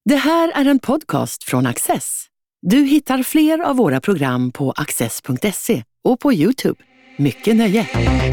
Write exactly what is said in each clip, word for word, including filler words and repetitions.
Det här är en podcast från Access. Du hittar fler av våra program på access punkt se och på YouTube. Mycket nöje!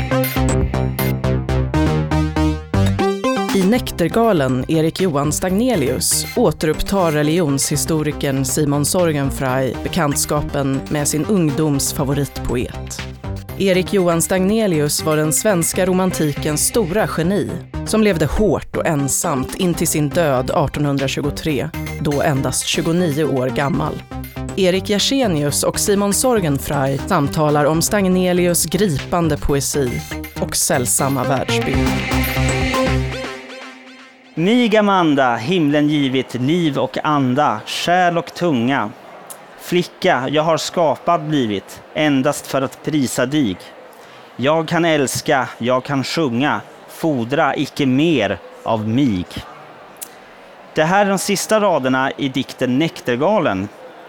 I Nektergalen Erik Johan Stagnelius återupptar religionshistorikern Simon Sorgenfrey bekantskapen med sin ungdoms favoritpoet. Erik Johan Stagnelius var den svenska romantikens stora geni som levde hårt och ensamt in till sin död artonhundratjugotre, då endast tjugonio år gammal. Erik Jersenius och Simon Sorgenfrey samtalar om Stagnelius gripande poesi och sällsamma världsbild. Mig Amanda, himlen givit liv och anda, själ och tunga. Flicka, jag har skapad blivit, endast för att prisa dig. Jag kan älska, jag kan sjunga, fodra icke mer av mig. Det här är de sista raderna i dikten Nektergalen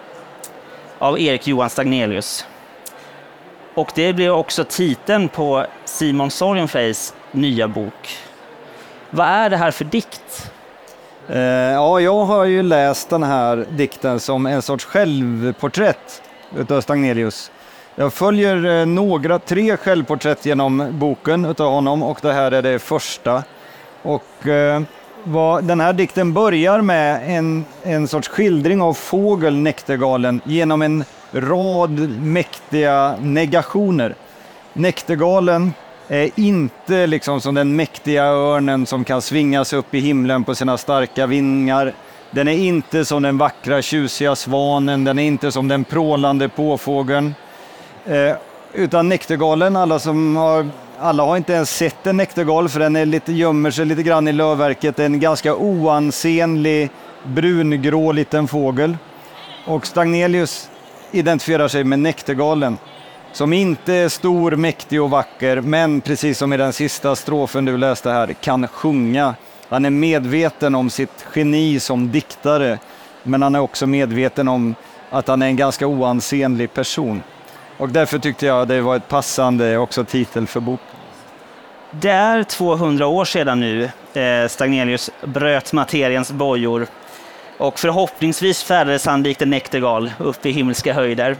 av Erik Johan Stagnelius. Och det blir också titeln på Simon Sorgenfreys nya bok. Vad är det här för dikt? Uh, ja, jag har ju läst den här dikten som en sorts självporträtt utav Stagnelius. Jag följer uh, några, tre självporträtt genom boken utav honom och det här är det första. Och uh, vad, den här dikten börjar med en, en sorts skildring av fågel Nektergalen genom en rad mäktiga negationer. Nektergalen är inte liksom som den mäktiga örnen som kan svingas upp i himlen på sina starka vingar. Den är inte som den vackra tjusiga svanen, den är inte som den prålande påfågeln. Eh, utan Nektergalen, alla som har, alla har inte ens sett en nektergal för den är lite, gömmer sig lite grann i lövverket. Det är en ganska oansenlig brungrå liten fågel. Och Stagnelius identifierar sig med Nektergalen. Som inte är stor, mäktig och vacker, men precis som i den sista strofen du läste här, kan sjunga. Han är medveten om sitt geni som diktare, men han är också medveten om att han är en ganska oansenlig person. Och därför tyckte jag det var ett passande också titel för boken. Det är tvåhundra år sedan nu eh, Stagnelius bröt materiens bojor och förhoppningsvis färdades han likt en nektergal upp i himmelska höjder.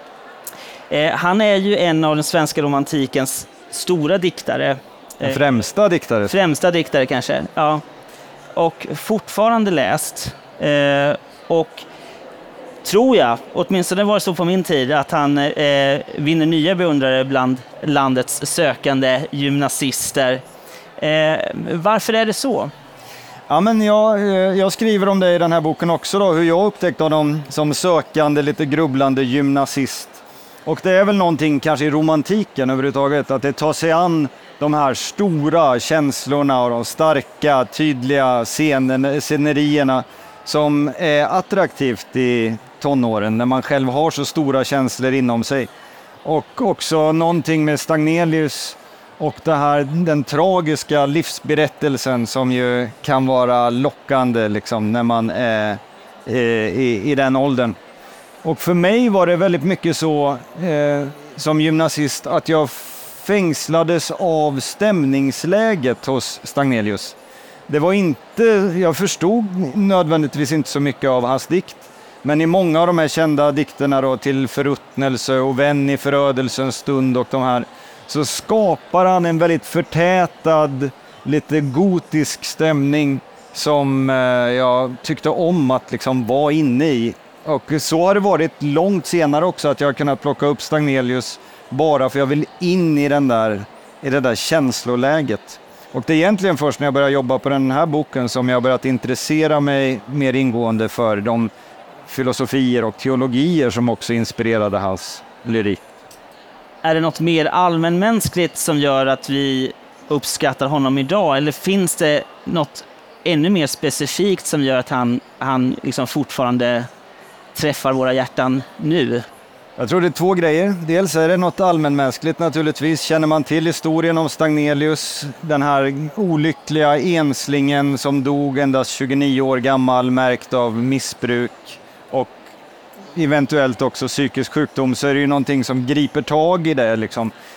Han är ju en av den svenska romantikens stora diktare. Den främsta diktare. Främsta diktare kanske, ja. Och fortfarande läst. Och tror jag, åtminstone var det så på min tid, att han vinner nya beundrare bland landets sökande gymnasister. Varför är det så? Ja, men jag, jag skriver om det i den här boken också då, hur jag upptäckte honom som sökande, lite grubblande gymnasist. Och det är väl någonting kanske i romantiken överhuvudtaget, att det tar sig an de här stora känslorna och de starka, tydliga scenen, scenerierna som är attraktivt i tonåren när man själv har så stora känslor inom sig. Och också någonting med Stagnelius och det här, den tragiska livsberättelsen som ju kan vara lockande liksom, när man är i, i, i den åldern. Och för mig var det väldigt mycket så eh, som gymnasist att jag fängslades av stämningsläget hos Stagnelius. Det var inte, jag förstod nödvändigtvis inte så mycket av hans dikt. Men i många av de här kända dikterna då, till Förruttnelse och Vän i förödelsens stund och de här, så skapar han en väldigt förtätad, lite gotisk stämning som eh, jag tyckte om att liksom vara inne i. Och så har det varit långt senare också att jag har kunnat plocka upp Stagnelius bara för jag vill in i, den där, i det där känsloläget. Och det är egentligen först när jag började jobba på den här boken som jag börjat intressera mig mer ingående för de filosofier och teologier som också inspirerade hans lyrik. Är det något mer allmänmänskligt som gör att vi uppskattar honom idag? Eller finns det något ännu mer specifikt som gör att han, han liksom fortfarande träffar våra hjärtan nu? Jag tror det är två grejer. Dels är det något allmänmänskligt naturligtvis. Känner man till historien om Stagnelius, den här olyckliga enslingen som dog endast tjugonio år gammal, märkt av missbruk och eventuellt också psykisk sjukdom, så är det ju någonting som griper tag i det liksom.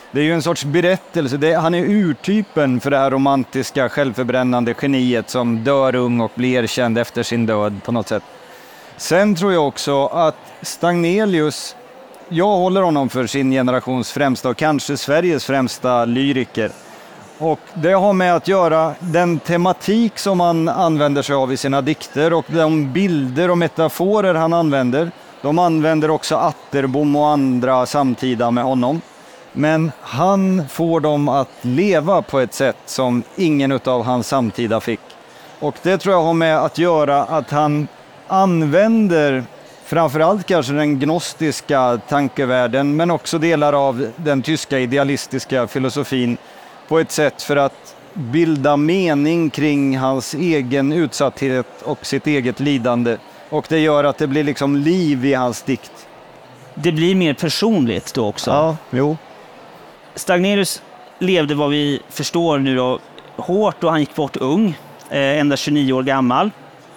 det är ju en sorts berättelse. Det, han är urtypen för det här romantiska, självförbrännande geniet som dör ung och blir erkänd efter sin död på något sätt. Sen tror jag också att Stagnelius, jag håller honom för sin generations främsta och kanske Sveriges främsta lyriker. Och det har med att göra den tematik som han använder sig av i sina dikter och de bilder och metaforer han använder. De använder också Atterbom och andra samtida med honom. Men han får dem att leva på ett sätt som ingen av hans samtida fick. Och det tror jag har med att göra att han använder framförallt kanske den gnostiska tankevärlden men också delar av den tyska idealistiska filosofin på ett sätt för att bilda mening kring hans egen utsatthet och sitt eget lidande. Och det gör att det blir liksom liv i hans dikt. Det blir mer personligt då också. Ja, jo. Stagnelius levde vad vi förstår nu då hårt och han gick bort ung, eh, endast tjugonio år gammal.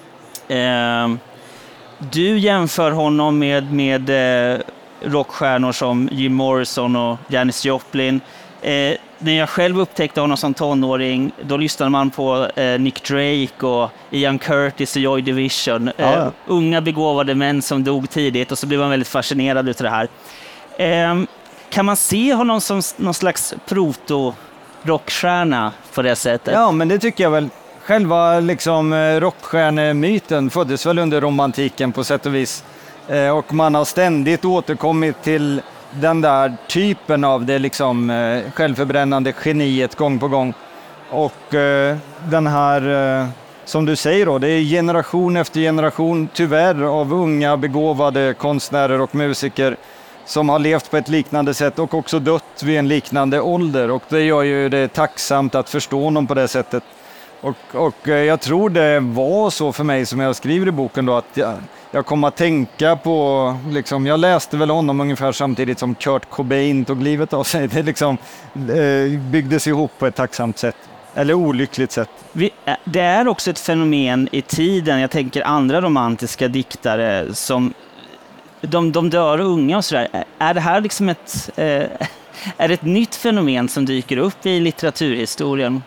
Eh, du jämför honom med, med eh, rockstjärnor som Jim Morrison och Janis Joplin. Eh, när jag själv upptäckte honom som tonåring, då lyssnade man på eh, Nick Drake och Ian Curtis och Joy Division. Eh, ja, ja. Unga begåvade män som dog tidigt och så blev man väldigt fascinerad utav det här. Eh, kan man se honom som någon slags proto-rockstjärna på det sättet? Ja, men det tycker jag väl. Själva liksom, rockstjärnemyten föddes väl under romantiken på sätt och vis. Eh, och man har ständigt återkommit till den där typen av det liksom, eh, självförbrännande geniet gång på gång. Och eh, den här, eh, som du säger då, det är generation efter generation tyvärr av unga begåvade konstnärer och musiker som har levt på ett liknande sätt och också dött vid en liknande ålder. Och det gör ju det tacksamt att förstå honom på det sättet. Och, och jag tror det var så för mig som jag skriver i boken då, att jag, jag kom att tänka på, liksom, jag läste väl honom ungefär samtidigt som Kurt Cobain tog livet av sig. Det liksom, eh, byggdes ihop på ett tacksamt sätt, eller olyckligt sätt. Vi, det är också ett fenomen i tiden, jag tänker andra romantiska diktare som de, de dör unga och sådär. Är det här liksom ett, eh, är det ett nytt fenomen som dyker upp i litteraturhistorien?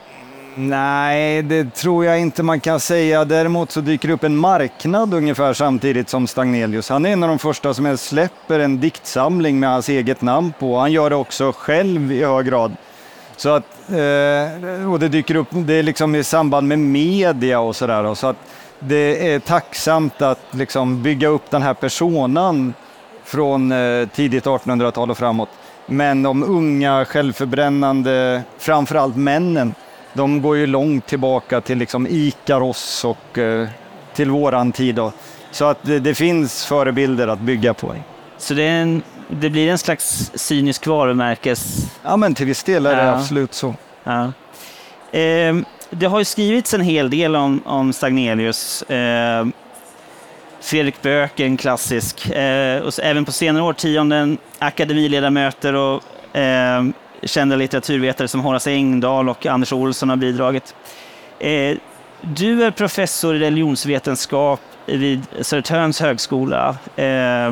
Nej, det tror jag inte man kan säga. Däremot så dyker upp en marknad ungefär samtidigt som Stagnelius. Han är en av de första som släpper en diktsamling med hans eget namn på. Han gör det också själv i hög grad. Så att, eh, och det dyker upp, det är liksom i samband med media och sådär. Så att det är tacksamt att liksom bygga upp den här personan från eh, tidigt artonhundratal och framåt. Men de unga, självförbrännande, framförallt männen, de går ju långt tillbaka till liksom Ikaros och eh, till våran tid då. Så att det, det finns förebilder att bygga på. Så det, är en, det blir en slags cynisk varumärkes... Ja, men till viss del är det ja. absolut så. Ja. Eh, det har ju skrivits en hel del om, om Stagnelius. Eh, Fredrik Böök är en klassisk. Eh, och så, även på senare årtionden akademiledamöter och eh, kända litteraturvetare som Horace Engdahl och Anders Olsson har bidragit. Eh, du är professor i religionsvetenskap vid Södertörns högskola. Eh,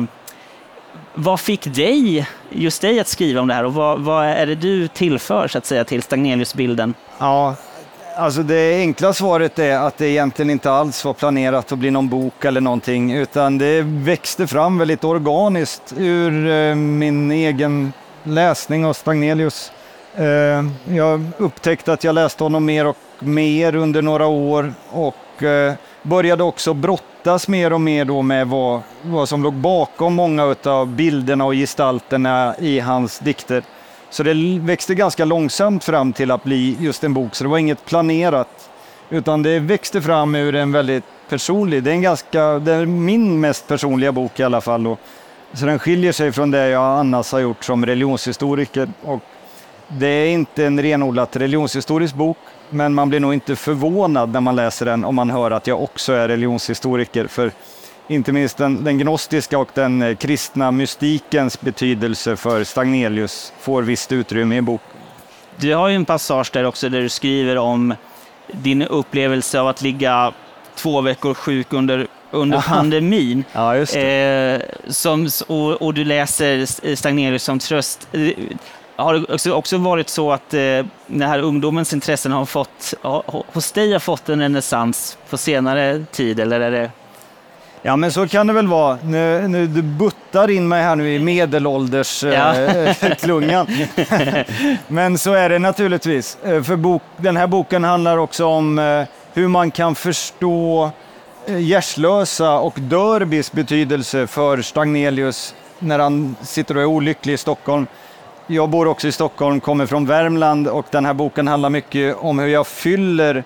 vad fick dig, just dig att skriva om det här och vad, vad är det du tillför så att säga till Stagnelius-bilden? Ja, alltså det enkla svaret är att det egentligen inte alls var planerat att bli någon bok eller någonting, utan det växte fram väldigt organiskt ur eh, min egen läsning av Stagnelius. Eh, jag upptäckte att jag läste honom mer och mer under några år och eh, började också brottas mer och mer då med vad, vad som låg bakom många av bilderna och gestalterna i hans dikter. Så det växte ganska långsamt fram till att bli just en bok, så det var inget planerat, utan det växte fram ur en väldigt personlig, det är en ganska, det är min mest personliga bok i alla fall, och så den skiljer sig från det jag annars har gjort som religionshistoriker. Och det är inte en renodlat religionshistorisk bok, men man blir nog inte förvånad när man läser den om man hör att jag också är religionshistoriker. För inte minst den, den gnostiska och den kristna mystikens betydelse för Stagnelius får visst utrymme i bok. Du har ju en passage där också där du skriver om din upplevelse av att ligga två veckor sjuk under under pandemin. Ja, just det. Eh, som, och, och du läser Stagnelius som tröst. har det också, också varit så att eh, den här ungdomens intressen har fått, ha, hos dig har fått en renässans på senare tid, eller är det? Ja, men så kan det väl vara. Nu, nu, du buttar in mig här nu i medelålders ja. eh, klungan. Men så är det naturligtvis. För bok, den här boken handlar också om eh, hur man kan förstå eh, Gärslösa och Dörbys betydelse för Stagnelius när han sitter och är olycklig i Stockholm. Jag bor också i Stockholm, kommer från Värmland, och den här boken handlar mycket om hur jag fyller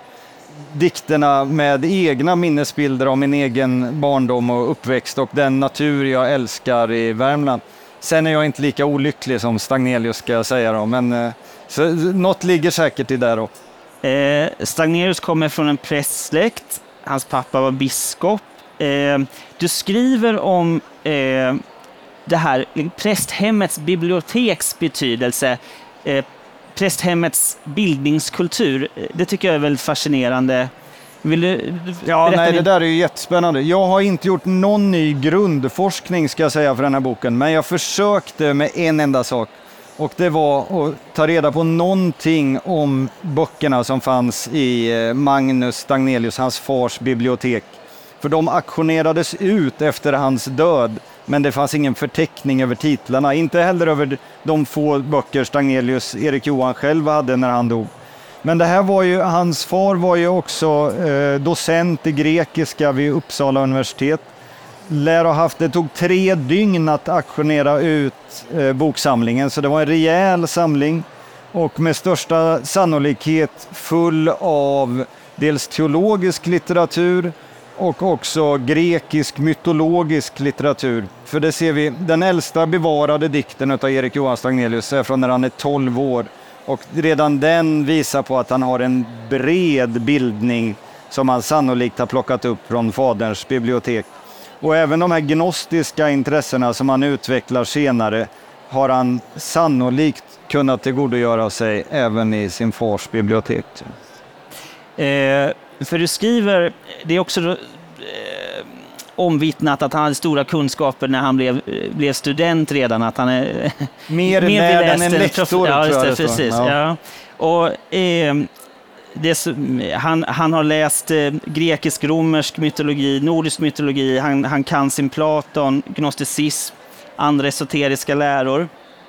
dikterna med egna minnesbilder av min egen barndom och uppväxt och den natur jag älskar i Värmland. Sen är jag inte lika olycklig som Stagnelius, ska jag säga då, men så, något ligger säkert i det då. Eh, Stagnelius kommer från en prästsläkt, hans pappa var biskop. Eh, du skriver om eh, det här prästhemmets biblioteks betydelse, eh, prästhemmets bildningskultur. Det tycker jag är väldigt fascinerande. Vill du ja, nej, min... det där är ju jättespännande. Jag har inte gjort någon ny grundforskning, ska jag säga, för den här boken, men jag försökte med en enda sak, och det var att ta reda på någonting om böckerna som fanns i Magnus Stagnelius, hans fars bibliotek. För de auktionerades ut efter hans död, men det fanns ingen förteckning över titlarna. Inte heller över de få böcker Stagnelius, Erik Johan själv hade när han dog. Men det här var ju, hans far var ju också eh, docent i grekiska vid Uppsala universitet. Lär ha haft, det tog tre dygn att auktionera ut eh, boksamlingen, så det var en rejäl samling. Och med största sannolikhet full av dels teologisk litteratur och också grekisk mytologisk litteratur. För det ser vi, den äldsta bevarade dikten av Erik Johan Stagnelius är från när han är tolv år. Och redan den visar på att han har en bred bildning som han sannolikt har plockat upp från faderns bibliotek. Och även de här gnostiska intressena som han utvecklar senare har han sannolikt kunnat tillgodogöra sig även i sin fars bibliotek. Eh, för du skriver, det är också eh, omvittnat att han hade stora kunskaper när han blev, blev student redan, att han är mer, mer lärd än en lektor. Ja, just det, precis. Ja. Ja. Och, eh, det, han, han har läst eh, grekisk-romersk mytologi, nordisk mytologi, han, han kan sin Platon, gnosticism, andra esoteriska läror.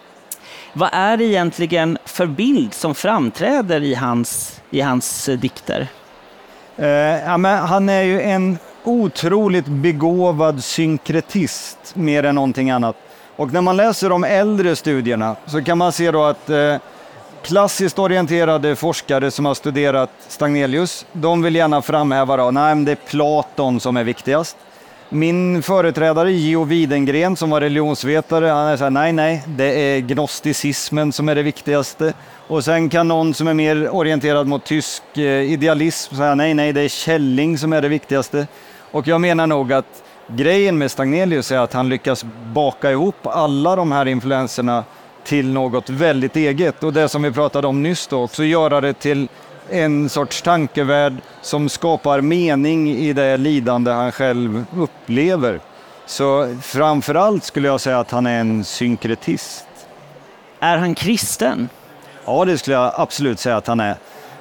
Vad är det egentligen för bild som framträder i hans, i hans dikter? Eh, ja, men han är ju en otroligt begåvad synkretist mer än någonting annat. Och när man läser de äldre studierna så kan man se då att eh, klassiskt orienterade forskare som har studerat Stagnelius, de vill gärna framhäva då, nej, men det är Platon som är viktigast. Min företrädare Geo Widengren som var religionsvetare, han säger nej, nej, det är gnosticismen som är det viktigaste. Och sen kan någon som är mer orienterad mot tysk eh, idealism säga nej, nej, det är Källing som är det viktigaste. Och jag menar nog att grejen med Stagnelius är att han lyckas baka ihop alla de här influenserna till något väldigt eget. Och det som vi pratade om nyss då, också göra det till en sorts tankevärld som skapar mening i det lidande han själv upplever. Så framförallt skulle jag säga att han är en synkretist. Är han kristen? Ja, det skulle jag absolut säga att han är.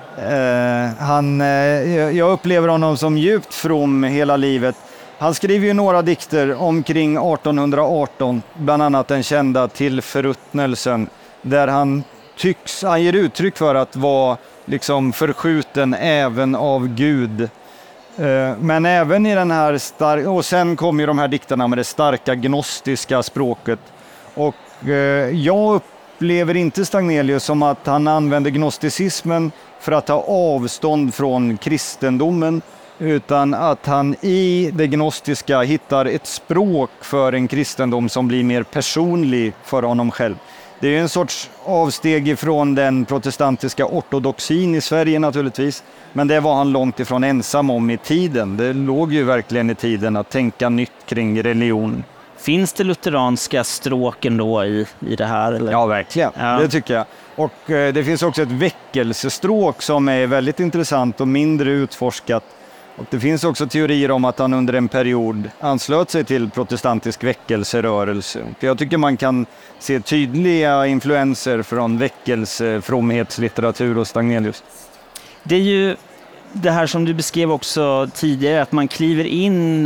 Eh, han, eh, jag upplever honom som djupt from hela livet. Han skriver ju några dikter omkring arton arton, bland annat den kända Till förruttnelsen, där han tycks, han ger uttryck för att vara liksom förskjuten även av Gud. Eh, men även i den här starka, och sen kommer ju de här dikterna med det starka gnostiska språket. Och eh, jag upplever inte Stagnelius som att han använder gnosticismen för att ta avstånd från kristendomen, utan att han i det gnostiska hittar ett språk för en kristendom som blir mer personlig för honom själv. Det är en sorts avsteg ifrån den protestantiska ortodoxin i Sverige naturligtvis, men det var han långt ifrån ensam om i tiden. Det låg ju verkligen i tiden att tänka nytt kring religion. Finns det lutheranska stråken då i, i det här? Eller? Ja, verkligen. Ja. Det tycker jag. Och eh, det finns också ett väckelsestråk som är väldigt intressant och mindre utforskat. Och det finns också teorier om att han under en period anslöt sig till protestantisk väckelserörelse. Jag tycker man kan se tydliga influenser från väckelse, fromhetslitteratur och Stagnelius. Det är ju det här som du beskrev också tidigare, att man kliver in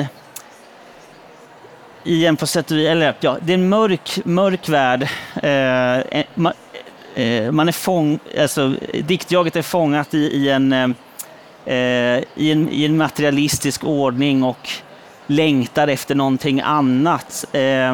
i en på sätt och vis, eller ja, det är en mörk, mörk värld. Eh, man, eh, man är fång, alltså diktjaget är fångat i, i en eh, i en i en materialistisk ordning och längtar efter någonting annat. Eh,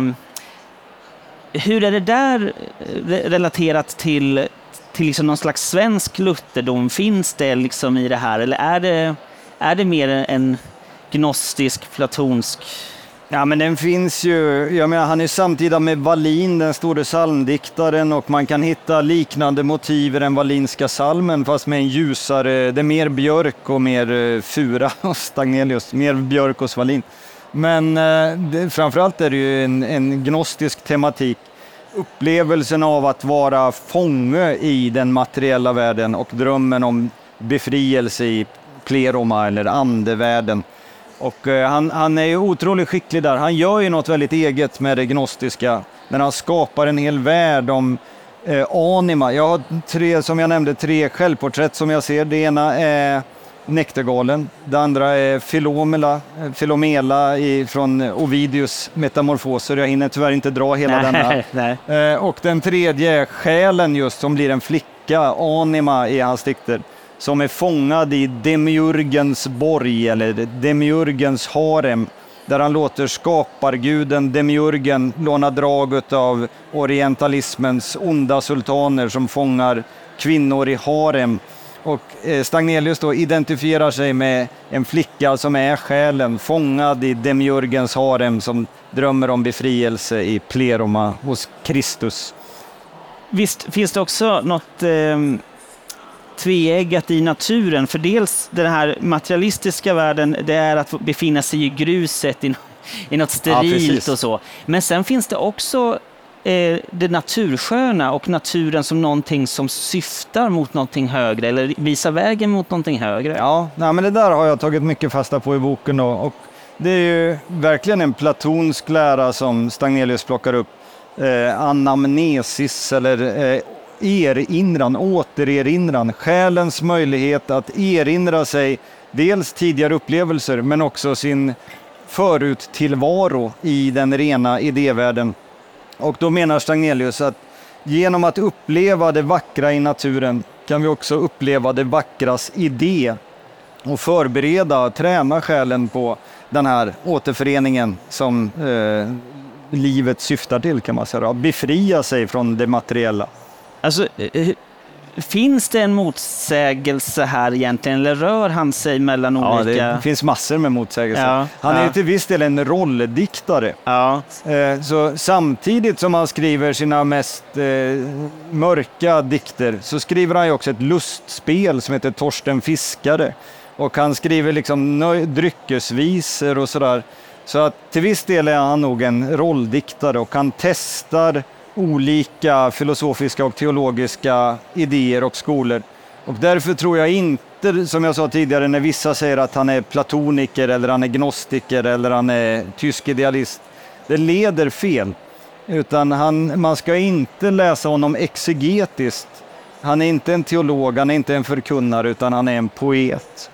hur är det där relaterat till till liksom någon slags svensk lutherdom? Finns det liksom i det här, eller är det är det mer en gnostisk, platonsk? Ja, men den finns ju, jag menar, han är samtida med Wallin, den store psalmdiktaren, och man kan hitta liknande motiv i den wallinska psalmen, fast med en ljusare, det är mer björk och mer fura hos Stagnelius, mer björk hos Wallin. Men eh, det, framförallt är det ju en, en gnostisk tematik. Upplevelsen av att vara fånge i den materiella världen och drömmen om befrielse i pleroma eller andevärlden. Och eh, han, han är ju otroligt skicklig där. Han gör ju något väldigt eget med det gnostiska när han skapar en hel värld om eh, anima. Jag har tre, som jag nämnde, tre självporträtt som jag ser. Det ena är Näktergalen, det andra är Filomela, Filomela i, från Ovidius metamorfoser. Jag hinner tyvärr inte dra hela nej, denna. Nej. Eh, och den tredje är själen, just som blir en flicka, anima i hans dikter, som är fångad i demiurgens borg eller demiurgens harem, där han låter skaparguden demiurgen låna drag av orientalismens onda sultaner som fångar kvinnor i harem. Och eh, Stagnelius då identifierar sig med en flicka som är själen, fångad i demiurgens harem, som drömmer om befrielse i pleroma hos Kristus. Visst finns det också något eh, tveeggat i naturen, för dels den här materialistiska världen, det är att befinna sig i gruset, i, i något sterilt ja, och så. Men sen finns det också eh, det natursköna och naturen som någonting som syftar mot någonting högre eller visar vägen mot någonting högre. Ja, nej, men det där har jag tagit mycket fasta på i boken då, och det är ju verkligen en platonsk lära som Stagnelius plockar upp. Eh, anamnesis eller eh, erinran, återerinran, själens möjlighet att erinra sig dels tidigare upplevelser men också sin föruttillvaro i den rena idévärlden. Och då menar Stagnelius att genom att uppleva det vackra i naturen kan vi också uppleva det vackras idé och förbereda, träna själen på den här återföreningen som eh, livet syftar till, kan man säga. Befria sig från det materiella. Alltså, finns det en motsägelse här egentligen, eller rör han sig mellan olika... Ja, det finns massor med motsägelser. Ja, han är ja. till viss del en rolldiktare. Ja. Så samtidigt som han skriver sina mest eh, mörka dikter så skriver han ju också ett lustspel som heter Torsten Fiskare. Och han skriver liksom dryckesvisor och sådär. Så att till viss del är han nog en rolldiktare, och han testar olika filosofiska och teologiska idéer och skolor. Och därför tror jag inte, som jag sa tidigare, när vissa säger att han är platoniker eller han är gnostiker eller han är tysk idealist, det leder fel. Utan han, man ska inte läsa honom exegetiskt. Han är inte en teolog, han är inte en förkunnare, utan han är en poet.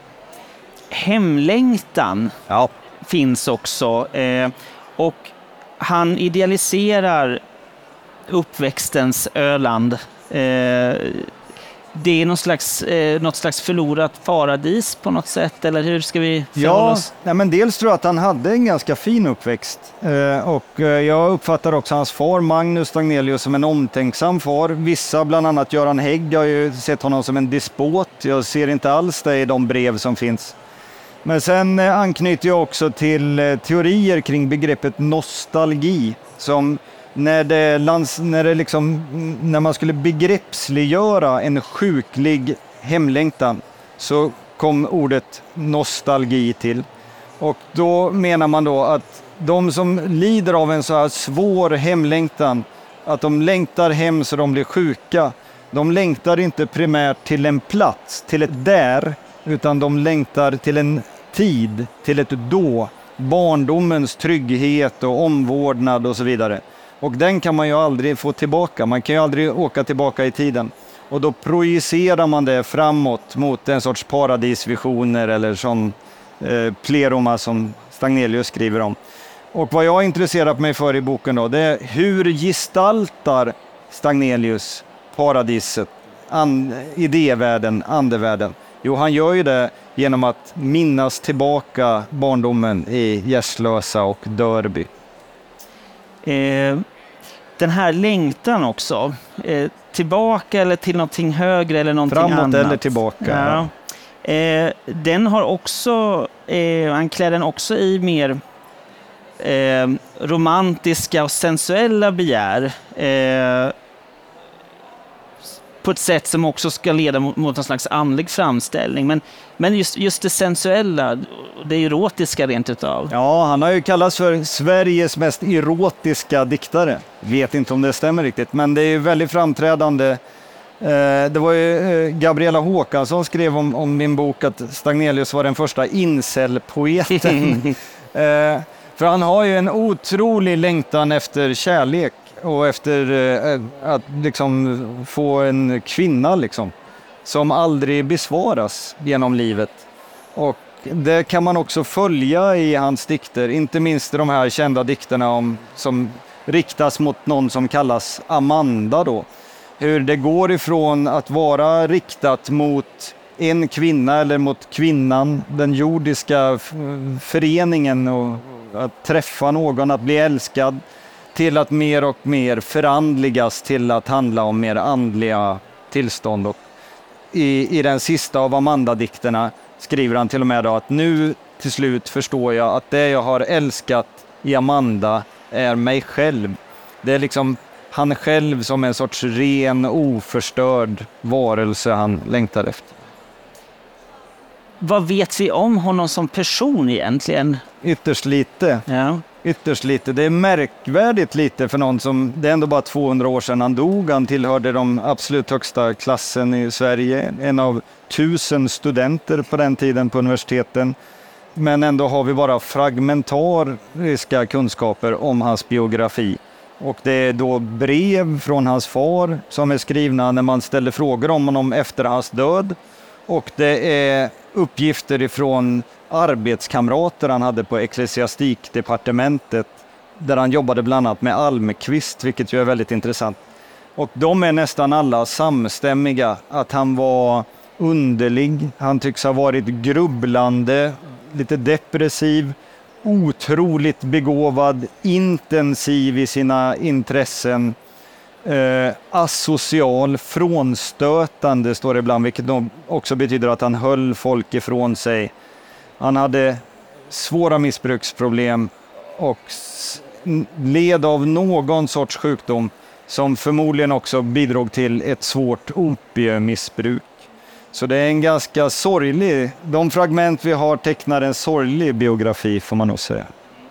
Hemlängtan ja. finns också, eh, och han idealiserar uppväxtens Öland. Eh, det är något slags, eh, något slags förlorat paradis på något sätt, eller hur ska vi förhålla ja, oss? Nej, men dels tror jag att han hade en ganska fin uppväxt. Eh, och eh, jag uppfattar också hans far Magnus Stagnelius som en omtänksam far. Vissa, bland annat Göran Hägg, har ju sett honom som en despot. Jag ser inte alls det i de brev som finns. Men sen eh, anknyter jag också till eh, teorier kring begreppet nostalgi, som När, det lands, när, det liksom, när man skulle begreppsliggöra en sjuklig hemlängtan så kom ordet nostalgi till. Och då menar man då att de som lider av en så här svår hemlängtan, att de längtar hem så de blir sjuka, de längtar inte primärt till en plats, till ett där, utan de längtar till en tid till ett då. Barndomens trygghet och omvårdnad och så vidare. Och den kan man ju aldrig få tillbaka. Man kan ju aldrig åka tillbaka i tiden. Och då projicerar man det framåt mot en sorts paradisvisioner eller som eh, pleroma som Stagnelius skriver om. Och vad jag har intresserat mig för i boken då, det är hur gestaltar Stagnelius paradiset, and, idévärlden, andevärlden. Jo, han gör ju det genom att minnas tillbaka barndomen i Gärslösa och Dörby. Eh, den här längtan också, eh, tillbaka eller till någonting högre eller någonting Framåt annat. eller tillbaka. Ja. Eh, den har också, eh, han klär den också i mer eh, romantiska och sensuella begär. Eh, på ett sätt som också ska leda mot, mot en slags andlig framställning. Men, men just, just det sensuella, det erotiska rent utav. Ja, han har ju kallats för Sveriges mest erotiska diktare. Vet inte om det stämmer riktigt, men det är ju väldigt framträdande. Eh, det var ju eh, Gabriella Håkansson skrev om, om min bok att Stagnelius var den första incel-poeten. eh, för han har ju en otrolig längtan efter kärlek. Och efter eh, att liksom få en kvinna liksom, som aldrig besvaras genom livet. Och det kan man också följa i hans dikter, inte minst de här kända dikterna om, som riktas mot någon som kallas Amanda då. Hur det går ifrån att vara riktat mot en kvinna eller mot kvinnan, den jordiska föreningen och att träffa någon, att bli älskad, till att mer och mer förandligas till att handla om mer andliga tillstånd. Och i, i den sista av Amanda-dikterna skriver han till och med då att nu till slut förstår jag att det jag har älskat i Amanda är mig själv. Det är liksom han själv som en sorts ren, oförstörd varelse han längtar efter. Vad vet vi om honom som person egentligen? Ytterst lite. Ja. Ytterst lite. Det är märkvärdigt lite för någon som, det är ändå bara tvåhundra år sedan han dog. Han tillhörde de absolut högsta klassen i Sverige. En av tusen studenter på den tiden på universiteten. Men ändå har vi bara fragmentariska kunskaper om hans biografi. Och det är då brev från hans far som är skrivna när man ställer frågor om honom efter hans död. Och det är uppgifter ifrån arbetskamrater han hade på ecklesiastikdepartementet där han jobbade bland annat med Almqvist, vilket ju är väldigt intressant. Och de är nästan alla samstämmiga att han var underlig, han tycks ha varit grubblande, lite depressiv, otroligt begåvad, intensiv i sina intressen, eh, asocial, frånstötande står det ibland, vilket också betyder att han höll folk ifrån sig. Han hade svåra missbruksproblem och led av någon sorts sjukdom som förmodligen också bidrog till ett svårt opiemissbruk. Så det är en ganska sorglig, de fragment vi har tecknar en sorglig biografi får man nog säga.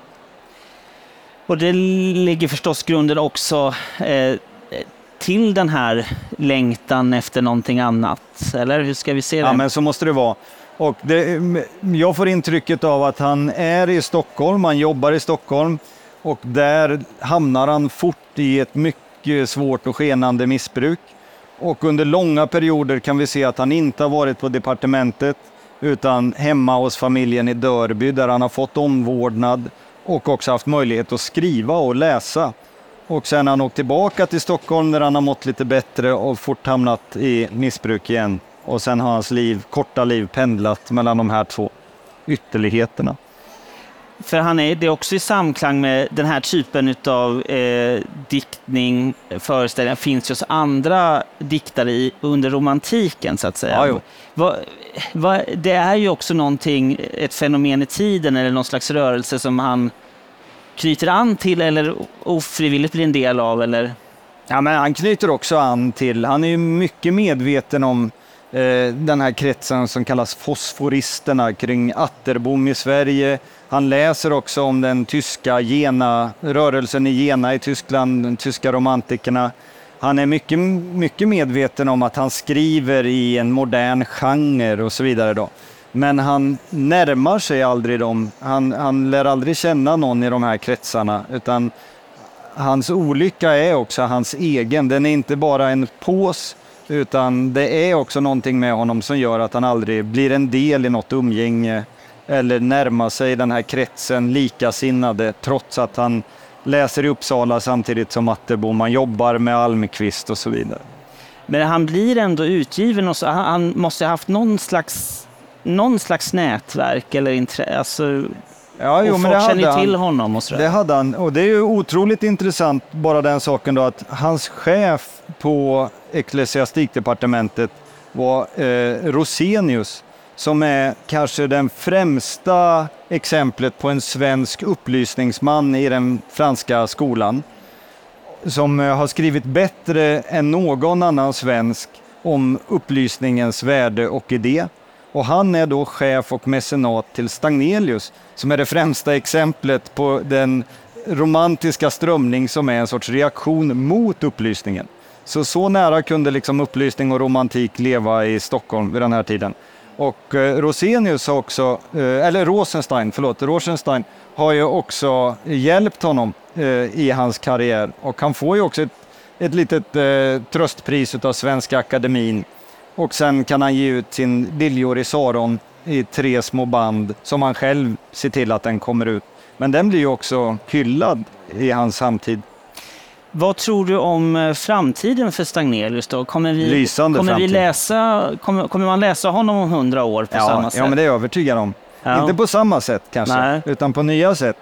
Och det ligger förstås grunden också eh, till den här längtan efter någonting annat, eller hur ska vi se det? Ja, men så måste det vara. Och det, jag får intrycket av att han är i Stockholm, han jobbar i Stockholm och där hamnar han fort i ett mycket svårt och skenande missbruk. Och under långa perioder kan vi se att han inte har varit på departementet utan hemma hos familjen i Dörby där han har fått omvårdnad och också haft möjlighet att skriva och läsa. Och sen har han åkt tillbaka till Stockholm där han har mått lite bättre och fort hamnat i missbruk igen. Och sen har hans liv, korta liv pendlat mellan de här två ytterligheterna. För han är det också i samklang med den här typen av eh, diktning, föreställningar finns ju hos andra diktare i, under romantiken så att säga. Ja, va, va, det är ju också någonting, ett fenomen i tiden eller någon slags rörelse som han knyter an till eller ofrivilligt blir en del av eller? Ja, men han knyter också an till, han är ju mycket medveten om eh, den här kretsen som kallas fosforisterna kring Atterbom i Sverige. Han läser också om den tyska Jena, rörelsen i Jena i Tyskland, de tyska romantikerna. Han är mycket, mycket medveten om att han skriver i en modern genre och så vidare då. Men han närmar sig aldrig dem. Han, han lär aldrig känna någon i de här kretsarna, utan hans olycka är också hans egen. Den är inte bara en pås, utan det är också någonting med honom som gör att han aldrig blir en del i något umgänge eller närmar sig den här kretsen likasinnade, trots att han läser i Uppsala samtidigt som Attebo, man jobbar med Almqvist och så vidare. Men han blir ändå utgiven och så, han måste ha haft någon slags, någon slags nätverk eller intresse. Alltså, ja, jo, och men folk det känner ju hade till han. honom och sådär. Det hade han, och det är ju otroligt intressant bara den saken då att hans chef på ecklesiastikdepartementet var eh, Rosenius, som är kanske den främsta exemplet på en svensk upplysningsman i den franska skolan, som har skrivit bättre än någon annan svensk om upplysningens värde och idé. Och han är då chef och mecenat till Stagnelius, som är det främsta exemplet på den romantiska strömning som är en sorts reaktion mot upplysningen. Så så nära kunde liksom upplysning och romantik leva i Stockholm vid den här tiden. Och eh, Rosenius har också, eh, eller Rosenstein, förlåt, Rosenstein har ju också hjälpt honom eh, i hans karriär. Och han får ju också ett, ett litet eh, tröstpris av Svenska Akademin. Och sen kan han ge ut sin Liljor i Saron i tre små band som han själv ser till att den kommer ut. Men den blir ju också hyllad i hans samtid. Vad tror du om framtiden för Stagnelius då? Kommer vi, Lysande kommer vi framtid. läsa, kommer, kommer man läsa honom om hundra år på ja, samma sätt? Ja, men det är jag övertygad om. Ja. Inte på samma sätt kanske, Nej. utan på nya sätt.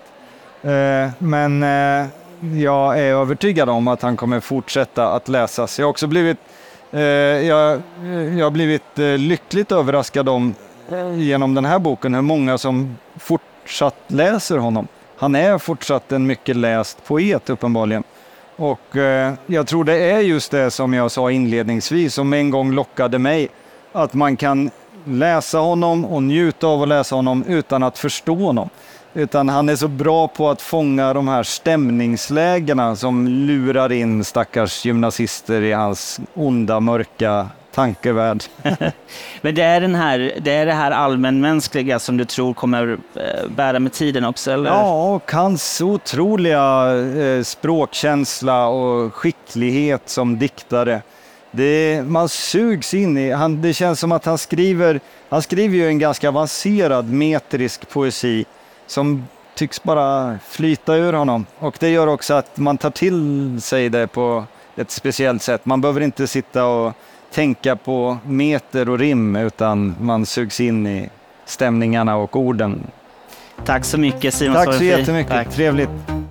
Eh, men eh, jag är övertygad om att han kommer fortsätta att läsas. Jag har också blivit, eh, jag, jag har blivit eh, lyckligt överraskad om eh, genom den här boken hur många som fortsatt läser honom. Han är fortsatt en mycket läst poet uppenbarligen. Och eh, jag tror det är just det som jag sa inledningsvis som en gång lockade mig. Att man kan läsa honom och njuta av att läsa honom utan att förstå honom. Utan han är så bra på att fånga de här stämningslägena som lurar in stackars gymnasister i hans onda, mörka tankevärld. Men det är, den här, det är det här allmänmänskliga som du tror kommer bära med tiden också, eller? Ja, och hans otroliga eh, språkkänsla och skicklighet som diktare. Det, man sugs in i, han, det känns som att han skriver, han skriver ju en ganska avancerad metrisk poesi som tycks bara flyta ur honom. Och det gör också att man tar till sig det på ett speciellt sätt. Man behöver inte sitta och tänka på meter och rim, utan man sugs in i stämningarna och orden. Tack så mycket, Simon. Tack så jättemycket, Tack. Trevligt.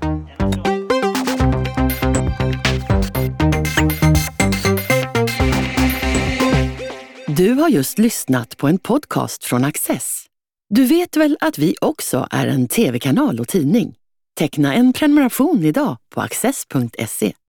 Du har just lyssnat på en podcast från Access. Du vet väl att vi också är en tv-kanal och tidning? Teckna en prenumeration idag på access punkt se.